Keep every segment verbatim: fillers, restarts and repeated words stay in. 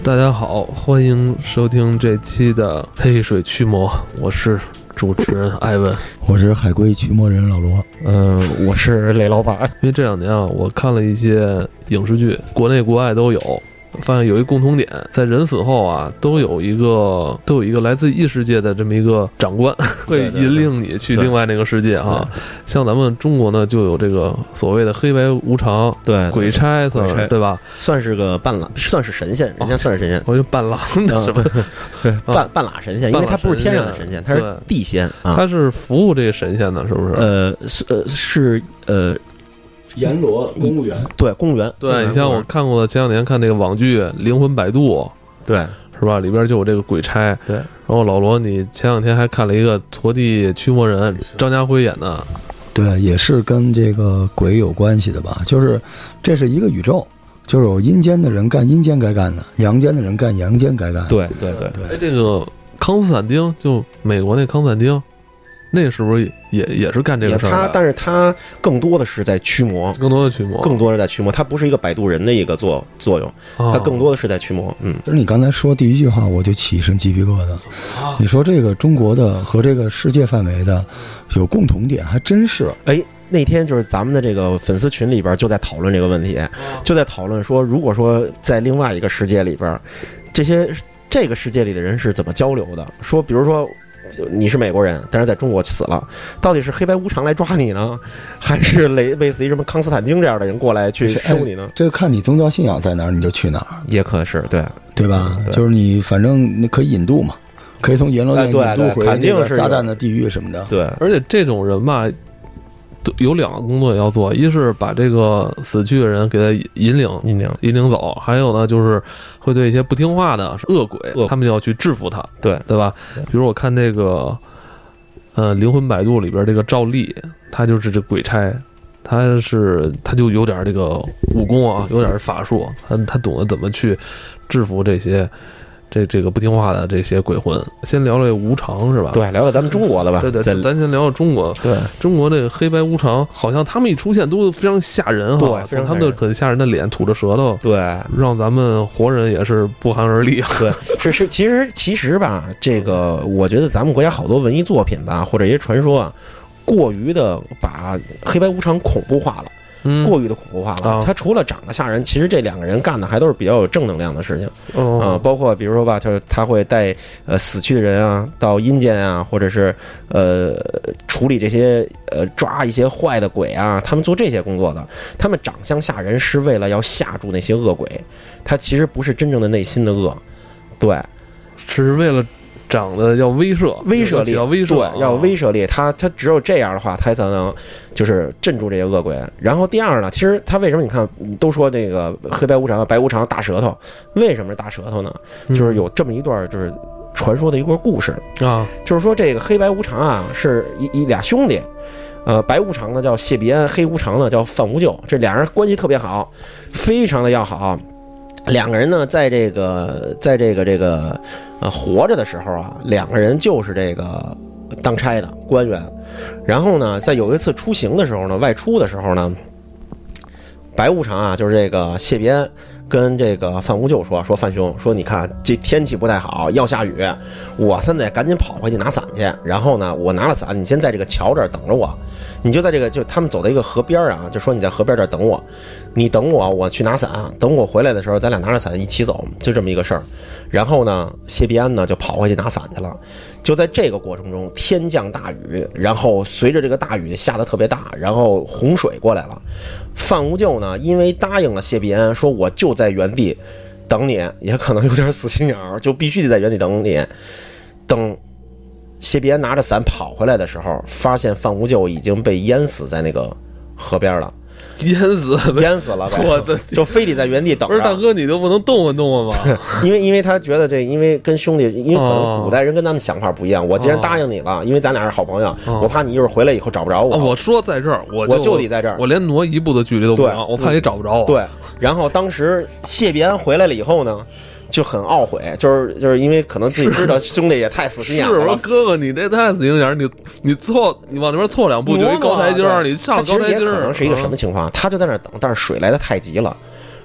大家好，欢迎收听这期的黑水驱魔，我是主持人艾文， 我是海龟驱魔人老罗， 嗯、呃，我是雷老板。 因为这两年啊，我看了一些影视剧，国内国外都有。发现有一共同点，在人死后啊，都有一个都有一个来自异世界的这么一个长官，会引领你去另外那个世界啊。像咱们中国呢，就有这个所谓的黑白无常， 对鬼差，对对吧？ 算是个半拉，算是神仙，人家算是神仙。 我就半拉什么？ 对，半半拉神仙，因为他不是天上的神仙，他是地仙啊。 他是服务这个神仙的，是不是？ 呃，呃，是呃。 阎罗公务员， 对，公务员。 对，你像我看过的，前两年看那个网剧《灵魂摆渡》， 对， 是吧？里边就有这个鬼差。 对。 然后老罗，你前两天还看了一个《陀地驱魔人》，张家辉演的。 对，也是跟这个鬼有关系的吧？就是这是一个宇宙，就是有阴间的人干阴间该干的，阳间的人干阳间该干的。 对对对对。 哎，这个康斯坦丁，就美国那康斯坦丁。那是不是也也是干这个事儿？ 他，但是他更多的是在驱魔， 更多的驱魔， 更多的在驱魔。他不是一个摆渡人的一个作作用，他更多的是在驱魔。嗯， 就是你刚才说第一句话，我就起一身鸡皮疙瘩。你说这个中国的和这个世界范围的有共同点，还真是。 哎，那天就是咱们的这个粉丝群里边就在讨论这个问题，就在讨论说，如果说在另外一个世界里边，这些这个世界里的人是怎么交流的？说，比如说。你是美国人，但是在中国死了，到底是黑白无常来抓你呢，还是类类似于什么康斯坦丁这样的人过来去收你呢？ 哎、这个看你宗教信仰在哪儿，你就去哪儿， 也可是对对吧？对，就是你反正你可以引渡嘛，可以从阎罗殿引渡回那个撒旦的地狱什么的。 对， 而且这种人吧。有两个工作要做，一是把这个死去的人给他引领引领引领走，还有呢就是会对一些不听话的恶鬼， 恶他们就要去制服他， 对对吧？比如我看那个呃《灵魂摆渡》里边这个赵丽，他就是这鬼差，他是他就有点这个武功啊，有点法术，他他懂得怎么去制服这些。这这个不听话的这些鬼魂，先聊聊无常是吧？ 对，聊聊咱们中国的吧。 对对，咱先聊聊中国。 对， 中国这个黑白无常，好像他们一出现都非常吓人哈。 对， 他们的很吓人的脸，吐着舌头， 对， 让咱们活人也是不寒而栗。 对，是是，其实其实吧，这个我觉得咱们国家好多文艺作品吧，或者一些传说啊，过于的把黑白无常恐怖化了。过于的恐怖化了、嗯、他除了长得吓人，其实这两个人干的还都是比较有正能量的事情啊、 哦呃，包括比如说吧，就是他会带呃死去的人啊到阴间啊，或者是呃处理这些呃抓一些坏的鬼啊，他们做这些工作的。他们长相吓人是为了要吓住那些恶鬼，他其实不是真正的内心的恶，对， 是为了。长得要威慑， 威慑力， 要威慑， 对，要威慑力。他他只有这样的话，他才能就是镇住这些恶鬼。然后第二呢，其实他为什么你看都说那个黑白无常、白无常大舌头，为什么是大舌头呢？就是有这么一段就是传说的一个故事啊， 就是说这个黑白无常啊是一一俩兄弟，呃，白无常呢叫谢必安，黑无常呢叫范无咎，这俩人关系特别好，非常的要好。两个人呢，在这个，在这个这个呃活着的时候啊，两个人就是这个当差的官员。然后呢，在有一次出行的时候呢，外出的时候呢，白无常啊，就是这个谢必安跟这个范无咎说：“说范兄，说你看这天气不太好，要下雨，我现在赶紧跑回去拿伞去。然后呢，我拿了伞，你先在这个桥这儿等着我，你就在这个就他们走到一个河边啊，就说你在河边这儿等我。”你等我，我去拿伞。等我回来的时候，咱俩拿着伞一起走，就这么一个事儿。然后呢，谢必安呢就跑回去拿伞去了。就在这个过程中，天降大雨，然后随着这个大雨下得特别大，然后洪水过来了。范无咎呢，因为答应了谢必安，说我就在原地等你，也可能有点死心眼儿，就必须得在原地等你。等谢必安拿着伞跑回来的时候，发现范无咎已经被淹死在那个河边了。 淹死淹死了，我的就非得在原地等着。 不是大哥，你就不能动换动换吗？ 因为因为他觉得这，因为跟兄弟，因为可能古代人跟咱们想法不一样。我既然答应你了，因为咱俩是好朋友，我怕你一会儿回来以后找不着我。 我说在这儿，我我就得在这儿， 我连挪一步的距离都不能，我怕你找不着我。 对，然后当时谢必安回来了以后呢，就很懊悔，就是就是因为可能自己知道兄弟也太死心眼了。 是我哥哥，你这太死心眼，你你错，你往那边错两步就一高台阶儿，你上高台阶儿。 可能是一个什么情况？他就在那等，但是水来的太急了，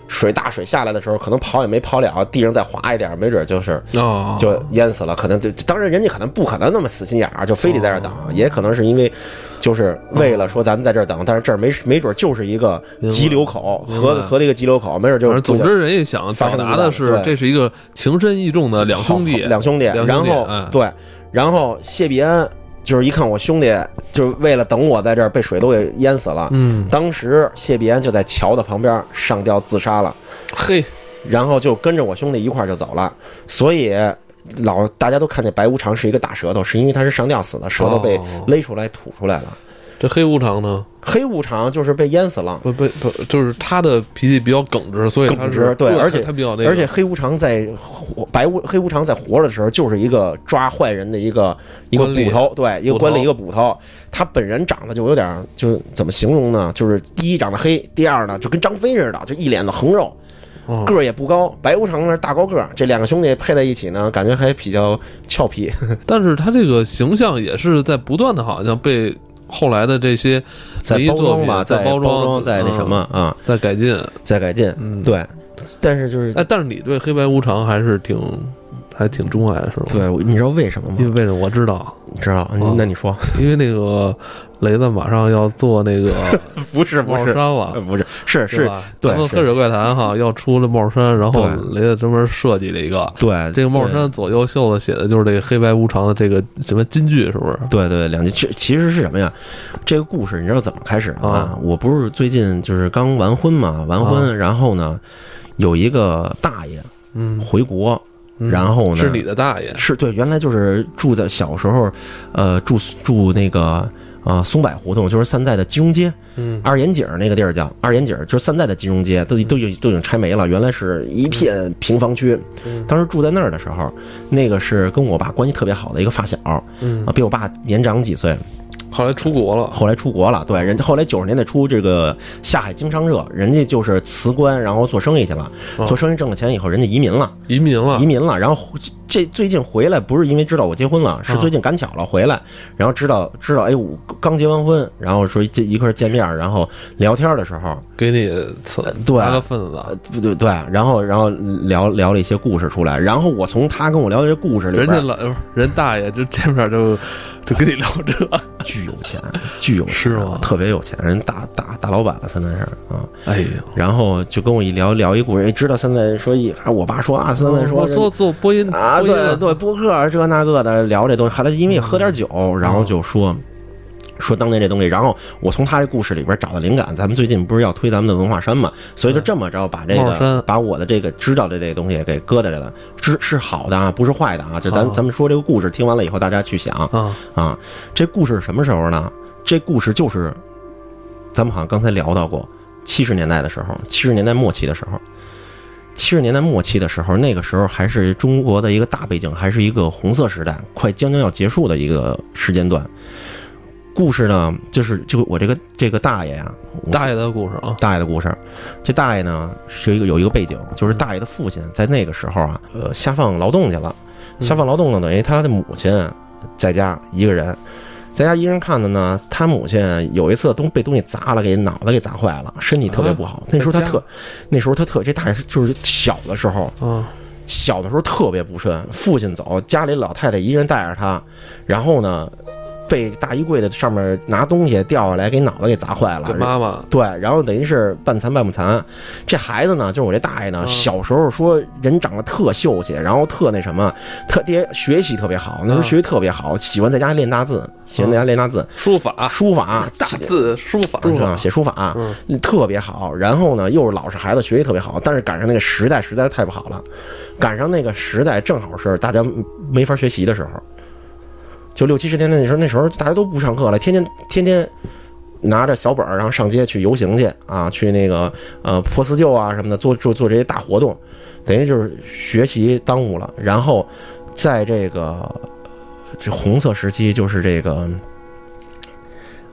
水大水下来的时候，可能跑也没跑了，地上再滑一点，没准就是哦， 就淹死了。可能就当然人家可能不可能那么死心眼儿，就非得在这儿等， 哦、 也可能是因为就是为了说咱们在这儿等，但是这儿没没准就是一个急流口，河河的一个急流口，没准就总之人家想表达的是这是一个情深义重的两兄弟， 两兄弟，然后、 哎、 对，然后谢必安。就是一看我兄弟，就是为了等我在这儿被水都给淹死了。 嗯， 当时谢必安就在桥的旁边上吊自杀了。 嘿， 然后就跟着我兄弟一块儿就走了。所以老大家都看见白无常是一个大舌头，是因为他是上吊死的，舌头被勒出来吐出来了。 哦、这黑无常呢？ 黑无常就是被淹死了。 不不不，就是他的脾气比较耿直，所以他是对，而且他比较那个。 而且黑无常在活白无黑无常在活着的时候，就是一个抓坏人的一个一个捕头，对，一个官吏一个捕头。他本人长得就有点，就怎么形容呢？就是第一长得黑，第二呢就跟张飞似的，就一脸的横肉。个儿也不高，白无常那是大高个儿，这两个兄弟配在一起呢，感觉还比较俏皮。 但是他这个形象也是在不断的，好像被后来的这些在包装吧， 在包装，在那什么啊， 在改进， 在改进。 嗯， 对。但是就是， 哎，但是你对黑白无常还是挺还挺钟爱的，是吧？ 对，你知道为什么吗？ 因为为什么我知道， 你知道？那你说， 因为那个。雷子马上要做那个不是不是帽衫了， 不是是是，对， 咱们喝水怪谈哈要出了帽衫，然后雷子专门设计了一个， 对， 这个帽衫左右袖子写的就是这个黑白无常的这个什么金句，是不是？ 对对，两句其其实是什么呀？这个故事你知道怎么开始的吗？啊、我不是最近就是刚完婚嘛，完婚，啊、然后呢有一个大爷嗯回国。 嗯、 然后呢？ 是你的大爷？ 是对，原来就是住在小时候，呃，住住那个呃松柏胡同，就是现在的金融街， 嗯， 二眼井那个地儿叫二眼井，就是现在的金融街，都都已都已经拆没了，原来是一片平房区。 嗯、 当时住在那儿的时候，那个是跟我爸关系特别好的一个发小， 嗯， 比我爸年长几岁。 后来出国了， 后来出国了，对，人家后来九十年代初这个下海经商热，人家就是辞官，然后做生意去了， 哦、 做生意挣了钱以后，人家移民了， 移民了， 移民了，然后这最近回来不是因为知道我结婚了，是最近赶巧了回来，然后知道知道哎，我刚结完婚，然后说这一块见面，然后聊天的时候给你对拿个份子， 对对对，然后然后聊聊了一些故事出来，然后我从他跟我聊的这故事里边， 人家老人大爷就见面就就跟你聊这， 巨有钱，巨有钱是吗？ 特别有钱，人大大大老板了，现在是啊， 哎呦， 然后就跟我一聊聊一故事，哎，知道现在说一，我爸说啊，现在说做做播音啊，对对，播客这那个的聊这东西，后来因为喝点酒，然后就说。说当年这东西，然后我从他这故事里边找到灵感。咱们最近不是要推咱们的文化衫嘛，所以就这么着把这个把我的这个知道的这个东西给搁在这了，是是好的啊，不是坏的啊。就咱咱们说这个故事，听完了以后大家去想啊啊，这故事什么时候呢？这故事就是咱们好像刚才聊到过，七十年代的时候，七十年代末期的时候。七十年代末期的时候，那个时候还是中国的一个大背景，还是一个红色时代，快将将要结束的一个时间段。故事呢，就是就我这个这个大爷呀、啊， 大爷的故事啊， 大爷的故事。这大爷呢是一个有一个背景，就是大爷的父亲在那个时候啊，呃，下放劳动去了。下放劳动呢，等于他的母亲在家一个人，在家一个人看的呢。他母亲有一次东被东西砸了，给脑袋给砸坏了，身体特别不好。那时候他特，那时候他特这大爷就是小的时候啊。 小的时候特别不顺，父亲走，家里老太太一个人带着他，然后呢。被大衣柜的上面拿东西掉下来，给脑袋给砸坏了。 给妈妈对，然后等于是半残半不残。这孩子呢，就是我这大爷呢，小时候说人长得特秀气，然后特那什么，特别学习特别好，那时候学习特别好，喜欢在家练大字，喜欢在家练大字， 书法， 书法， 大字书法， 书法写书法，嗯，特别好。然后呢，又是老实孩子，学习特别好，但是赶上那个时代实在是太不好了，赶上那个时代正好是大家没法学习的时候。就六七十年代那时候，那时候大家都不上课了，天天天天拿着小本儿，然后上街去游行去啊，去那个呃破四旧啊什么的，做做做这些大活动，等于就是学习耽误了。然后在这个这红色时期，就是这个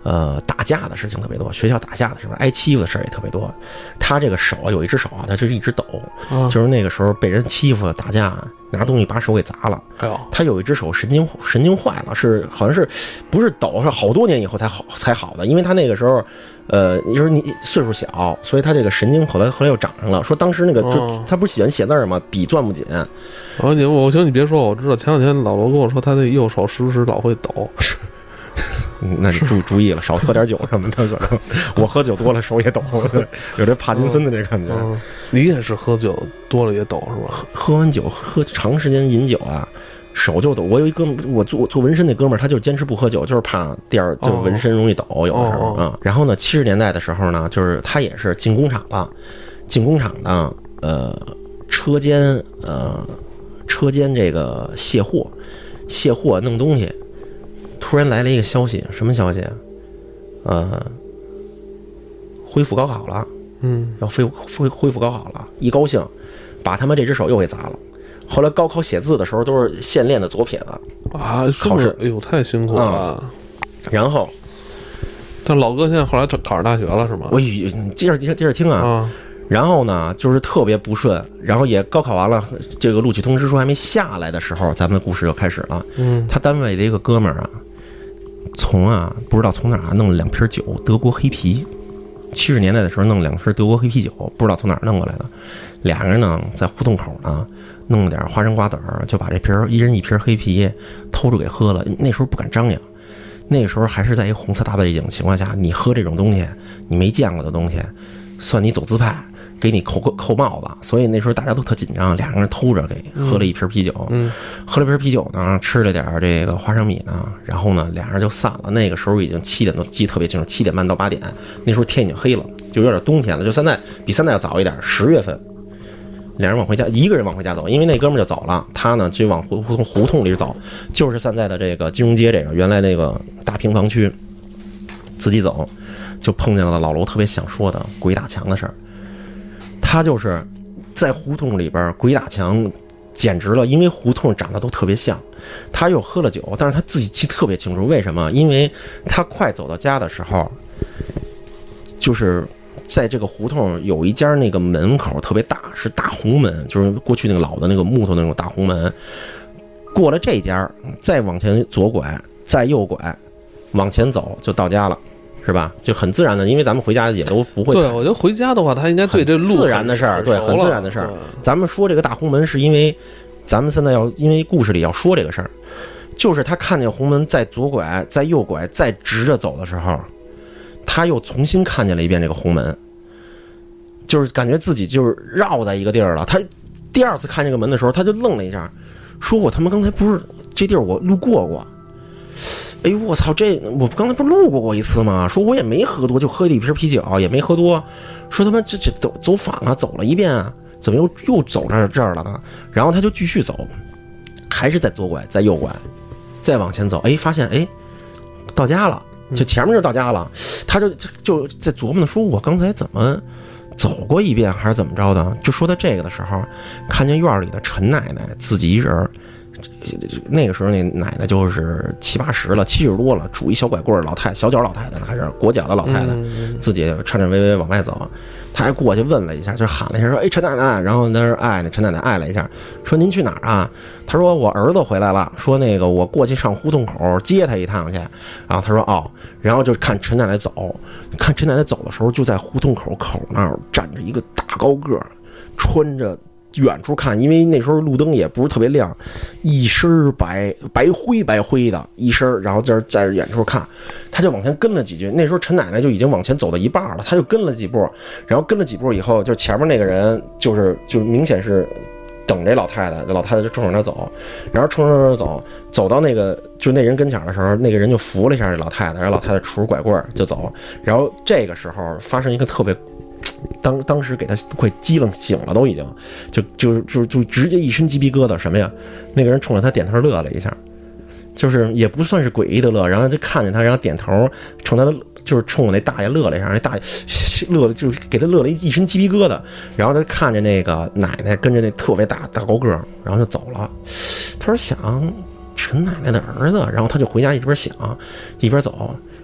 呃，打架的事情特别多，学校打架的时候挨欺负的事儿也特别多。他这个手啊，有一只手啊，他就是一直抖， 啊、 就是那个时候被人欺负打架，拿东西把手给砸了。 哎呦， 他有一只手神经神经坏了，是好像是不是抖，是好多年以后才好才好的，因为他那个时候，呃，就是你岁数小，所以他这个神经后来后来又长上了。说当时那个就、 哦、 他不是喜欢写字吗？笔攥不紧。 哦，你我行，你别说，我知道前两天老罗跟我说，他那右手时不时老会抖。 那你注注意了，少喝点酒什么的。可能我喝酒多了手也抖，有这帕金森的这感觉。 嗯嗯、你也是喝酒多了也抖是吧？ 喝喝完酒，喝长时间饮酒啊，手就抖。我有一哥们，我做我做纹身那哥们儿，他就坚持不喝酒，就是怕第二就纹身容易抖，哦、有的时候啊、嗯。然后呢，七十年代的时候呢，就是他也是进工厂的，进工厂的，呃，车间呃，车间这个卸货，卸货弄东西。突然来了一个消息，什么消息啊？呃，恢复高考了， 嗯， 要恢恢恢复高考了，一高兴，把他们这只手又给砸了。后来高考写字的时候都是现练的左撇子啊， 考试， 哎呦，太辛苦了。 嗯、然后， 但老哥现在后来考上大学了是吗？ 我你接着接着接着听啊。 啊然后呢，就是特别不顺，然后也高考完了，这个录取通知书还没下来的时候，咱们的故事就开始了。 嗯， 他单位的一个哥们儿啊，从啊不知道从哪儿弄了两瓶酒，德国黑啤。七十年代的时候弄两瓶德国黑啤酒，不知道从哪儿弄过来的。俩人呢在胡同口呢弄了点花生瓜子儿，就把这瓶一人一瓶黑啤偷着给喝了。那时候不敢张扬，那个时候还是在一个红色大背景情况下，你喝这种东西，你没见过的东西，算你走资派。给你扣扣帽子，所以那时候大家都特紧张，两个人偷着给喝了一瓶啤酒， 嗯， 喝了瓶啤酒呢，吃了点这个花生米呢，然后呢，俩人就散了。那个时候已经七点多，记得特别清楚，七点半到八点，那时候天已经黑了，就有点冬天了，就现在比现在要早一点，十月份。两人往回家，一个人往回家走，因为那哥们就走了，他呢就往胡胡同胡同里走，就是现在的这个金融街这个原来那个大平房区，自己走，就碰见了老楼特别想说的鬼打墙的事儿。他就是在胡同里边鬼打墙，简直了，因为胡同长得都特别像。他又喝了酒，但是他自己记得特别清楚，为什么？因为他快走到家的时候，就是在这个胡同有一家那个门口特别大，是大红门，就是过去那个老的那个木头那种大红门。过了这家，再往前左拐，再右拐，往前走就到家了。是吧？就很自然的，因为咱们回家也都不会。 对，我觉得回家的话，他应该对这路自然的事儿，对，很自然的事儿。咱们说这个大红门，是因为咱们现在要，因为故事里要说这个事儿，就是他看见红门在左拐、在右拐、再直着走的时候，他又重新看见了一遍这个红门，就是感觉自己就是绕在一个地儿了。他第二次看这个门的时候，他就愣了一下，说：“我他妈刚才不是这地儿我路过过。”哎呦我操！这我刚才不是路过过一次吗？说我也没喝多，就喝了一瓶啤酒，也没喝多。说他妈这这走走反了，走了一遍啊，怎么又又走这这儿了呢？然后他就继续走，还是在左拐，在右拐，再往前走。哎，发现哎到家了，就前面就到家了。他就就在琢磨呢，说我刚才怎么走过一遍，还是怎么着的？就说到这个的时候，看见院里的陈奶奶自己一人。那个时候那奶奶就是七八十了，七十多了，拄一小拐棍儿，老太小脚老太太还是裹脚的老太太，自己颤颤巍巍往外走。他还过去问了一下，就喊了一下说：“哎，陈奶奶。”然后那是哎，那陈奶奶哎了一下，说：“您去哪儿啊？”他说：“我儿子回来了。”说：“那个我过去上胡同口接他一趟去。”然后他说：“哦。”然后就看陈奶奶走，看陈奶奶走的时候，就在胡同口口那儿站着一个大高个儿，穿着。远处看，因为那时候路灯也不是特别亮，一身白白灰白灰的一身，然后在在远处看，他就往前跟了几句。那时候陈奶奶就已经往前走到一半了，他就跟了几步，然后跟了几步以后，就前面那个人就是就明显是等这老太太，这老太太就冲着他走，然后冲着他走，走到那个就那人跟前的时候，那个人就扶了一下这老太太，然后老太太杵着拐棍就走，然后这个时候发生一个特别。当当时给他快激愣醒了，都已经就就就就直接一身鸡皮疙瘩。什么呀？那个人冲着他点头乐了一下，就是也不算是诡异的乐，然后就看见他，然后点头冲他就是冲我那大爷乐了一下，那大爷乐了就是给他乐了一一身鸡皮疙瘩。然后他看着那个奶奶跟着那特别大大高个，然后就走了。他说想陈奶奶的儿子，然后他就回家一边想一边走。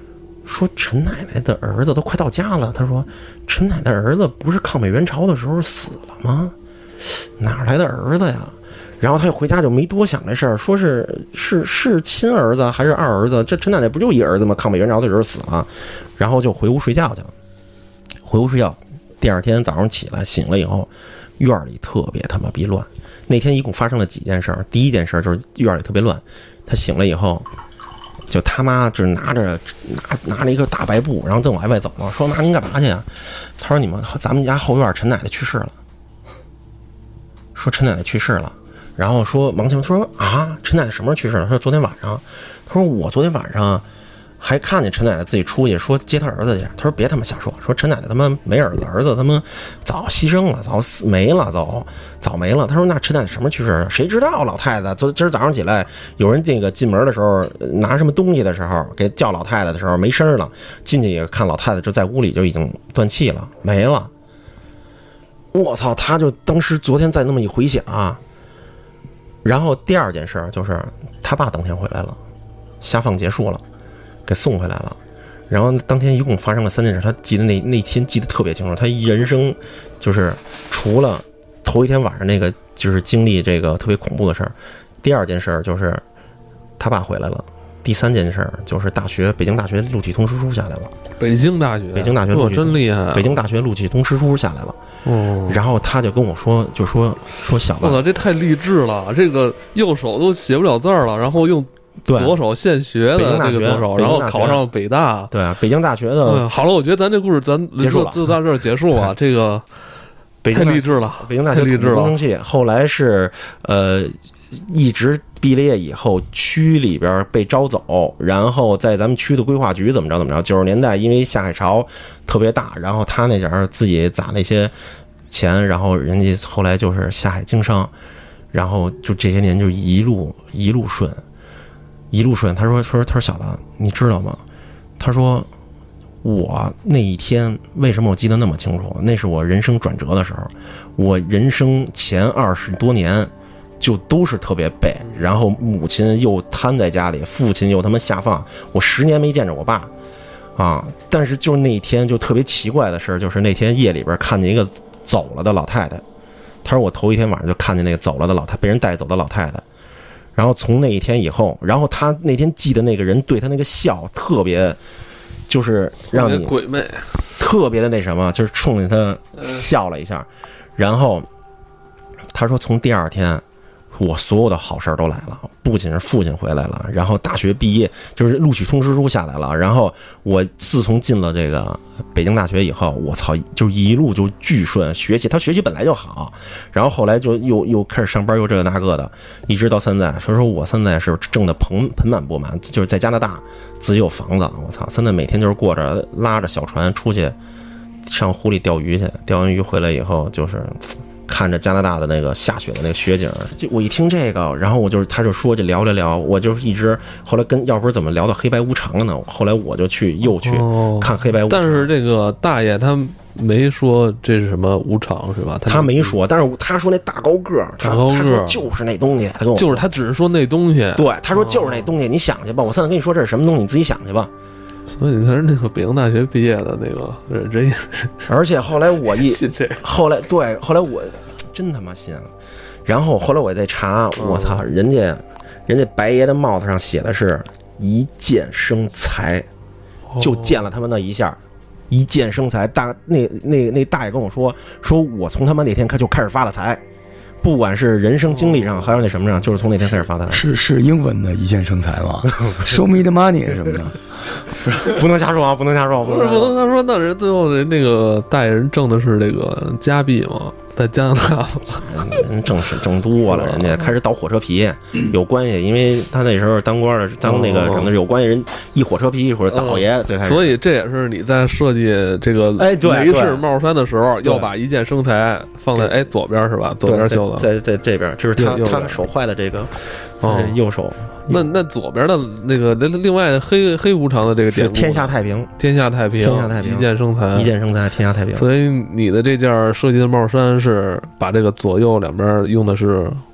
说陈奶奶的儿子都快到家了。他说陈奶奶儿子不是抗美援朝的时候死了吗？哪来的儿子呀？然后他就回家就没多想这事儿，说是是是亲儿子还是二儿子？这陈奶奶不就一儿子吗？抗美援朝的时候死了，然后就回屋睡觉去了。回屋睡觉，第二天早上起来醒了以后，院里特别他妈逼乱。那天一共发生了几件事儿？第一件事就是院里特别乱。他醒了以后，就他妈就是拿着拿拿着一个大白布，然后正往外走了，说妈您干嘛去啊？他说你们咱们家后院陈奶奶去世了。说陈奶奶去世了。然后说王强说啊，陈奶奶什么时候去世了？他说昨天晚上。他说我昨天晚上还看见陈奶奶自己出去说接他儿子去。他说别他妈瞎说，说陈奶奶他妈没儿子，儿子他妈早牺牲了，早死没了，早早没了。他说那陈奶奶什么时候去世？谁知道？老太太昨今儿早上起来，有人这个进门的时候拿什么东西的时候，给叫老太太的时候没声了，进去也看老太太就在屋里就已经断气了，没了。我操！他就当时昨天再那么一回想啊。然后第二件事就是他爸当天回来了，下放结束了，给送回来了。然后当天一共发生了三件事，他记得那那天记得特别清楚。他人生就是除了头一天晚上那个就是经历这个特别恐怖的事儿，第二件事就是他爸回来了，第三件事就是大学北京大学录取通知书下来了。 北京大学， 北京大学录取真厉害！ 北京大学录取通知书下来了。 哦， 然后他就跟我说，就说说小子， 我操，这太励志了！这个右手都写不了字儿了，然后用左手现学的这个左手，然后考上北大。 对啊，北京大学的。 嗯、好了，我觉得咱这故事咱结束了， 就到这儿结束啊。这个北京太励志了， 北京大学太励志了。 工程系后来是呃。一直毕了业以后，区里边被招走，然后在咱们区的规划局怎么着怎么着。九十年代因为下海潮特别大，然后他那点儿自己攒那些钱，然后人家后来就是下海经商，然后就这些年就一路一路顺，一路顺。他说说他说小子，你知道吗？他说我那一天为什么我记得那么清楚？那是我人生转折的时候，我人生前二十多年。就都是特别背，然后母亲又瘫在家里，父亲又他妈下放，我十年没见着我爸，啊！但是就是那一天就特别奇怪的事，就是那天夜里边看见一个走了的老太太，他说我头一天晚上就看见那个走了的老太被人带走的老太太，然后从那一天以后，然后他那天记得那个人对他那个笑特别，就是让你鬼魅， 特别的那什么，就是冲着他笑了一下，然后他说从第二天。我所有的好事都来了，不仅是父亲回来了，然后大学毕业就是录取通知书下来了，然后我自从进了这个北京大学以后，我操，就一路就巨顺，学习他学习本来就好，然后后来就又又开始上班，又这个那个的，一直到现在。所以说我现在是挣的盆盆满钵满，就是在加拿大自己有房子，我操，现在每天就是过着拉着小船出去上湖里钓鱼去，钓完鱼回来以后就是。看着加拿大的那个下雪的那个雪景，就我一听这个，然后我就是他就说就聊聊聊，我就一直后来跟要不是怎么聊到黑白无常了呢？后来我就去又去看黑白无常。 但是这个大爷他没说这是什么无常是吧？ 他没说，但是他说那大高个儿， 大高个他说就是那东西，他跟我就是他只是说那东西， 对，他说就是那东西，你想去吧，我现在跟你说这是什么东西，你自己想去吧。 所以你看那个北京大学毕业的那个人也是， 而且后来我一信这个， 后来对，后来我真他妈信了。然后后来我再查，我操，人家人家白爷的帽子上写的是一箭生财，就见了他们那一下，一箭生财。大那那那大爷跟我说，说我从他们那天开就开始发了财。不管是人生经历上，还是那什么上，就是从那天开始发财。 是是英文的一箭生财吗？Show me the money 什么的， 不能瞎说啊！不能瞎说， 不是不能瞎说。那人最后人那个大爷人挣的是这个加币嘛，在加拿大， 人挣是挣多了，人家开始倒火车皮，有关系，因为他那时候当官的，当那个什么有关系，人一火车皮一会儿倒爷最开始。 所以这也是你在设计这个哎雷士帽衫的时候，要把一箭生财放在哎左边是吧？左边袖子。 在在这边，就是他他手坏的这个，哦，右手。 那那左边的那个另外黑黑无常的这个典故， 天下太平， 天下太平， 天下太平， 一箭生财， 一箭生财，天下太平。 所以你的这件设计的帽衫是把这个左右两边用的是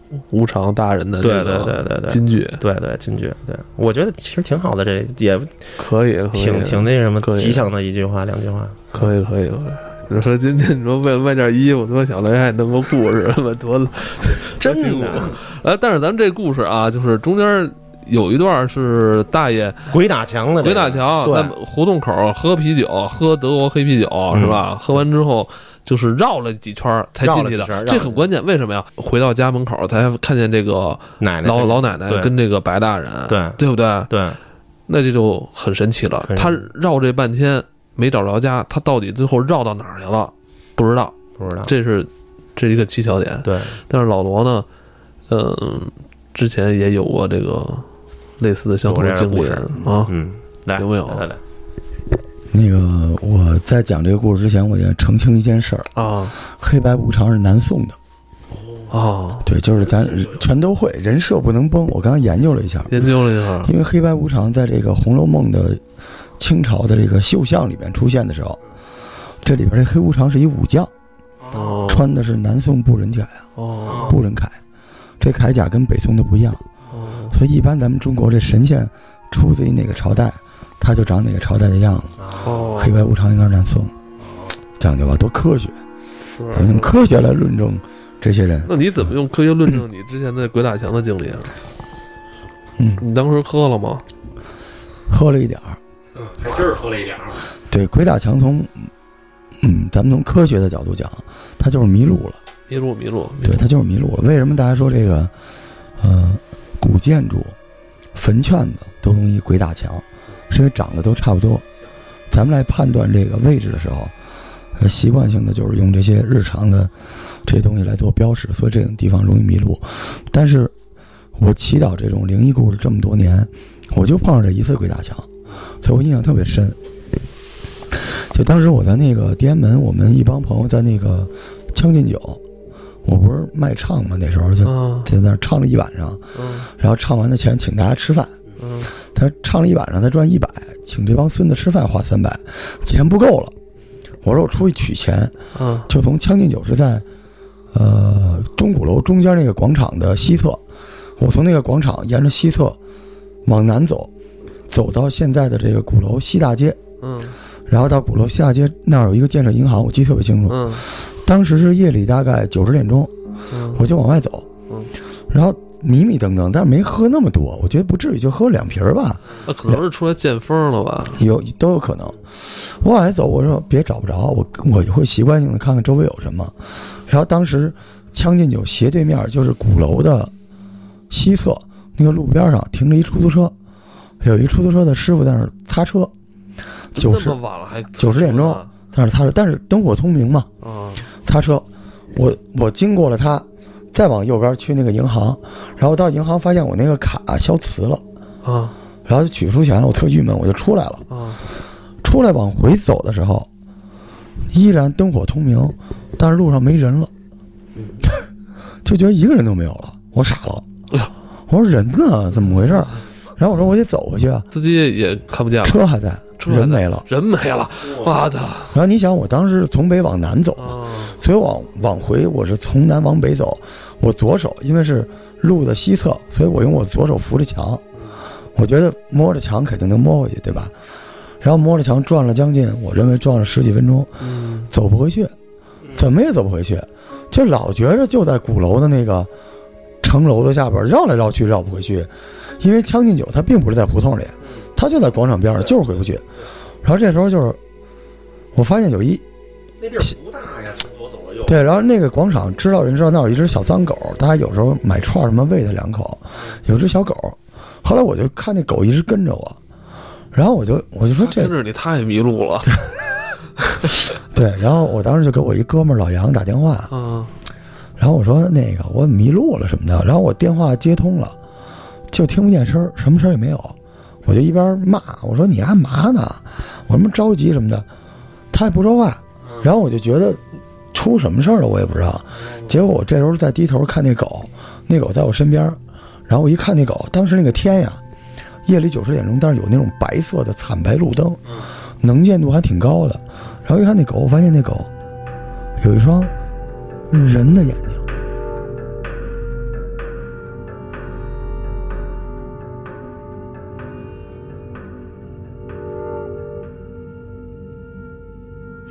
无常大人的对对对对对金句， 对对金句，对我觉得其实挺好的，这也可以，可以挺挺那什么可以吉祥的一句话两句话， 可以可以可以。你说今天你说为了卖件衣服，多想来还弄个故事，多真的。 呃，但是咱们这故事啊，就是中间有一段是大爷鬼打墙的、这个， 鬼打墙，在胡同口喝啤酒，喝德国黑啤酒、嗯、是吧？喝完之后就是绕了几圈才进去的，这很关键。为什么呀？回到家门口才看见这个奶奶老老奶奶跟这个白大人， 对对不对？ 对， 那这就很神奇了。他绕这半天没找着家，他到底最后绕到哪儿去了？不知道， 不知道。这是这是一个蹊跷点。 对， 但是老罗呢，嗯，之前也有过这个类似的相同的经历啊， 嗯，来有没有？ 来来。 那个我在讲这个故事之前，我也澄清一件事儿啊， 黑白无常是南宋的。 哦， 对，就是咱全都会，人设不能崩。我刚刚研究了一下， 研究了一下， 因为黑白无常在这个《红楼梦》的清朝的这个绣像里面出现的时候，这里边这黑无常是一武将， 哦， 穿的是南宋布人甲呀， 哦， 布人铠，这铠甲跟北宋的不一样， 哦， 所以一般咱们中国这神仙出自于哪个朝代，他就长哪个朝代的样子。 哦， 黑白无常应该是南宋，讲究吧，多科学，咱们用科学来论证这些人。 那你怎么用科学论证你之前的鬼打墙的经历啊？ 嗯， 你当时喝了吗？ 喝了一点儿， 嗯，还真是喝了一点儿。 对，鬼打墙从，嗯，咱们从科学的角度讲，它就是迷路了， 迷路迷路， 对，它就是迷路了。为什么大家说这个，呃，古建筑、坟圈子都容易鬼打墙？是因为长得都差不多。咱们来判断这个位置的时候，呃，习惯性的就是用这些日常的这些东西来做标识，所以这种地方容易迷路。但是我祈祷这种灵异故事这么多年，我就碰上这一次鬼打墙，所以我印象特别深。就当时我在那个天安门，我们一帮朋友在那个将进酒，我不是卖唱嘛，那时候就在那唱了一晚上，然后唱完的钱请大家吃饭。 嗯， 他唱了一晚上，他赚一百，请这帮孙子吃饭花三百，钱不够了。我说我出去取钱， 嗯， 就从将进酒是在，呃，钟鼓楼中间那个广场的西侧，我从那个广场沿着西侧往南走，走到现在的这个鼓楼西大街， 嗯， 然后到鼓楼西大街那儿有一个建设银行，我记得特别清楚， 嗯， 当时是夜里大概九十点钟， 嗯， 我就往外走， 嗯， 然后迷迷瞪瞪，但是没喝那么多，我觉得不至于，就喝两瓶吧。 那可能是出来见风了吧？ 有都有可能。我往外走，我说别找不着，我我会习惯性的看看周围有什么。然后当时将进酒斜对面就是鼓楼的西侧，那个路边上停着一出租车，有一出租车的师傅在那儿擦车。九十晚了还九十点钟在那儿擦车，但是灯火通明嘛， 啊， 擦车。我我经过了他。再往右边去那个银行，然后到银行发现我那个卡消磁了啊， 然后就取不出钱了，我特郁闷，我就出来了啊。 出来往回走的时候，依然灯火通明，但是路上没人了，就觉得一个人都没有了，我傻了。 哎呀， 我说人呢？怎么回事？然后我说我得走回去啊， 司机也看不见了， 车还在，人没了， 人没了，哇的。 然后你想，我当时从北往南走嘛， 啊， 所以往往回我是从南往北走。我左手因为是路的西侧，所以我用我左手扶着墙，我觉得摸着墙肯定能摸回去，对吧？然后摸着墙转了将近，我认为转了十几分钟， 嗯， 走不回去，怎么也走不回去，就老觉着就在鼓楼的那个城楼的下边绕来绕去绕不回去，因为将进酒它并不是在胡同里，它就在广场边上，就是回不去。然后这时候就是我发现有一那地儿不大呀，从左走到右。 对，然后那个广场知道人知道那有一只小脏狗，大家有时候买串什么喂它两口，有只小狗。后来我就看那狗一直跟着我，然后我就我就说这跟着你太迷路了。 对，然后我当时就给我一哥们儿老杨打电话， 嗯， 然后我说那个我迷路了什么的，然后我电话接通了，就听不见声，什么声也没有，我就一边骂我说你干嘛呢？我什么着急什么的，他也不说话，然后我就觉得出什么事儿了我也不知道，结果我这时候在低头看那狗，那狗在我身边，然后我一看那狗，当时那个天呀，夜里九十点钟，但是有那种白色的惨白路灯，能见度还挺高的，然后一看那狗，我发现那狗有一双人的眼睛，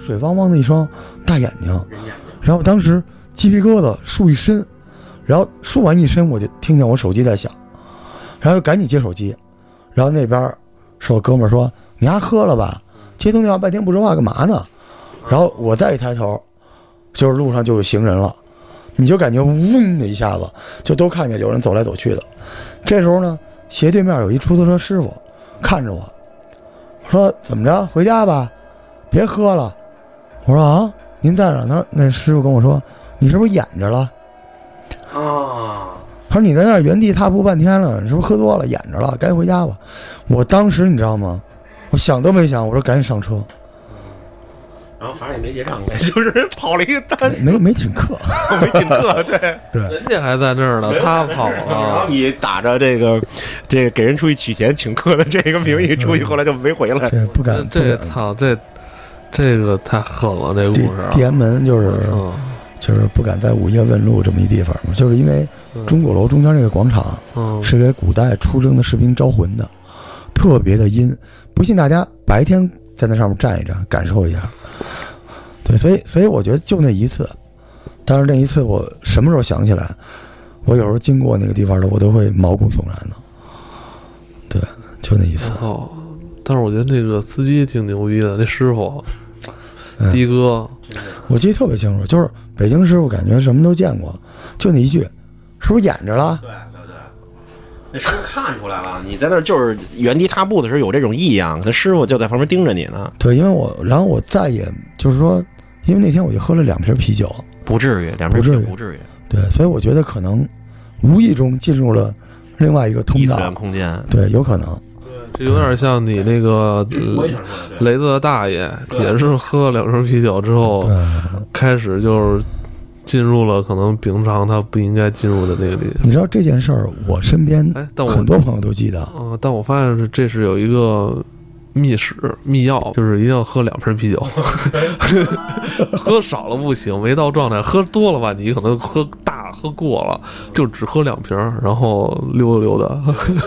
水汪汪的一双大眼睛，然后当时鸡皮疙瘩竖一身，然后竖完一身，我就听见我手机在响，然后就赶紧接手机，然后那边是我哥们儿说：“你还喝了吧？接通电话半天不说话干嘛呢？”然后我再一抬头，就是路上就有行人了，你就感觉嗡的一下子，就都看见有人走来走去的。这时候呢，斜对面有一出租车师傅看着我说：“怎么着？回家吧，别喝了。”我说：“啊，您在哪？”那那师傅跟我说：“你是不是演着了？” 啊， 他说：“你在那儿原地踏步半天了，你是不是喝多了演着了？该回家吧。”我当时你知道吗？我想都没想，我说赶紧上车。 然后反正也没结账，就是跑了一个单， 没没请客， 没请客，对对， 人家还在那儿呢，他跑然后了。 你打着这个这个给人出去取钱请客的这个名义出去，后来就没回来。 这不敢， 这操这这个太狠了，这故事。 地安门就是嗯就是不敢在午夜问路这么一地方嘛，就是因为钟鼓楼中间这个广场嗯是给古代出征的士兵招魂的，特别的阴。不信大家白天在那上面站一站，感受一下。对，所以所以我觉得就那一次，但是那一次我什么时候想起来，我有时候经过那个地方的，我都会毛骨悚然的。对，就那一次。 哦，但是我觉得那个司机挺牛逼的，那师傅， 嗯、 的哥， 我记得特别清楚，就是北京师傅，感觉什么都见过，就那一句，是不是演着了？ 对对对，那师傅看出来了，你在那儿就是原地踏步的时候有这种异样，那师傅就在旁边盯着你呢。 对，因为我，然后我再也就是说，因为那天我就喝了两瓶啤酒， 不至于，两瓶啤酒不至于。 对，所以我觉得可能无意中进入了另外一个通道， 异次元空间。 对，有可能。 这有点像你那个雷子的大爷，也是喝了两瓶啤酒之后，开始就是进入了可能平常他不应该进入的那个地方。 你知道这件事儿，我身边哎，但我很多朋友都记得。 嗯、呃，但我发现是这是有一个秘史秘钥，就是一定要喝两瓶啤酒，喝少了不行，没到状态；喝多了吧，你可能喝大喝过了，就只喝两瓶，然后溜达溜达。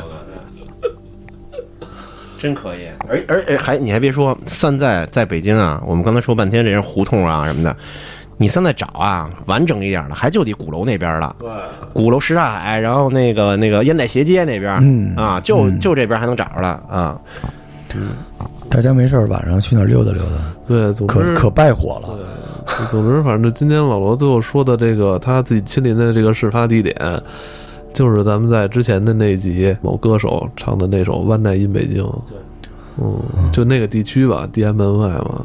真可以，而而而还你还别说，现在在北京啊，我们刚才说半天这人胡同啊什么的，你现在找啊完整一点的，还就得鼓楼那边了。对，鼓楼什刹海，然后那个那个烟袋斜街那边， 嗯啊，就、 嗯、 就这边还能找着了啊。 嗯，大家没事晚上去那儿溜达溜达， 对，总之可可败火了。 对，总之反正今天老罗最后说的这个他自己亲临的这个事发地点。就是咱们在之前的那集某歌手唱的那首《万代因北京》，对，嗯，就那个地区吧，地安门外嘛。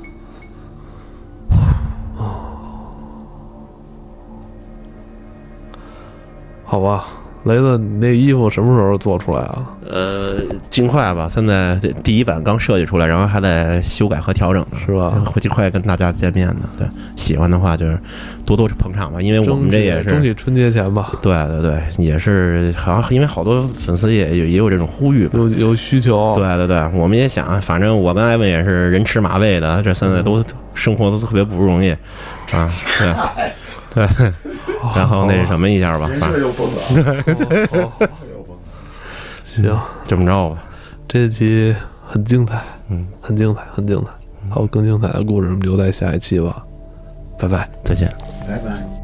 好吧，雷子，你那衣服什么时候做出来啊？ 呃，尽快吧，现在第一版刚设计出来，然后还在修改和调整， 是吧？ 会尽快跟大家见面的。对，喜欢的话就是多多捧场吧，因为我们这也是争取春节前吧。 对对对，也是好像因为好多粉丝也有也有这种呼吁吧， 有有需求。 对对对，我们也想，反正我跟艾文也是人吃马喂的，这现在都、嗯、生活都特别不容易啊，对对。然后那是什么一下吧，反正对对对， 行， 这么着吧。 这期很精彩， 嗯， 很精彩，很精彩。好，更精彩的故事我们留在下一期吧。拜拜， 再见， 拜拜。